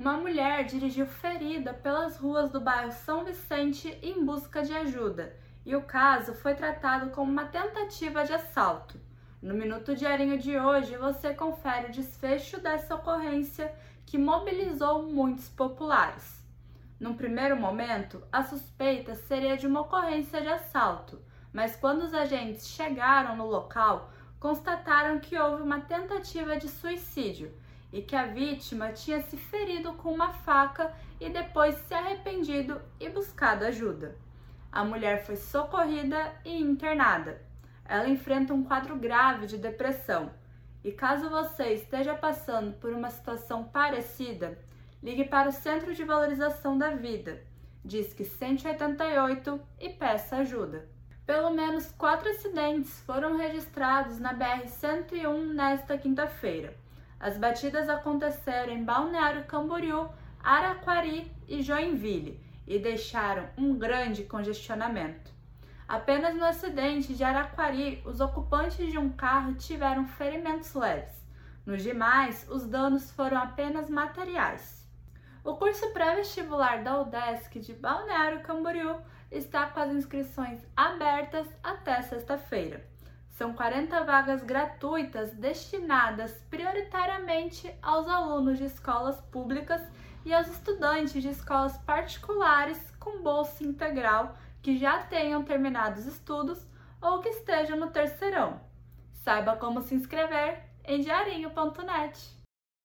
Uma mulher dirigiu ferida pelas ruas do bairro São Vicente em busca de ajuda, e o caso foi tratado como uma tentativa de assalto. No Minuto Diarinho de hoje, você confere o desfecho dessa ocorrência que mobilizou muitos populares. Num primeiro momento, a suspeita seria de uma ocorrência de assalto, mas quando os agentes chegaram no local, constataram que houve uma tentativa de suicídio e que a vítima tinha se ferido com uma faca e depois se arrependido e buscado ajuda. A mulher foi socorrida e internada. Ela enfrenta um quadro grave de depressão. E caso você esteja passando por uma situação parecida, ligue para o Centro de Valorização da Vida, Disque 188 e peça ajuda. Pelo menos 4 acidentes foram registrados na BR-101 nesta quinta-feira. As batidas aconteceram em Balneário Camboriú, Araquari e Joinville e deixaram um grande congestionamento. Apenas no acidente de Araquari, os ocupantes de um carro tiveram ferimentos leves. Nos demais, os danos foram apenas materiais. O curso pré-vestibular da UDESC de Balneário Camboriú está com as inscrições abertas até sexta-feira. São 40 vagas gratuitas destinadas prioritariamente aos alunos de escolas públicas e aos estudantes de escolas particulares com bolsa integral que já tenham terminado os estudos ou que estejam no terceirão. Saiba como se inscrever em diarinho.net.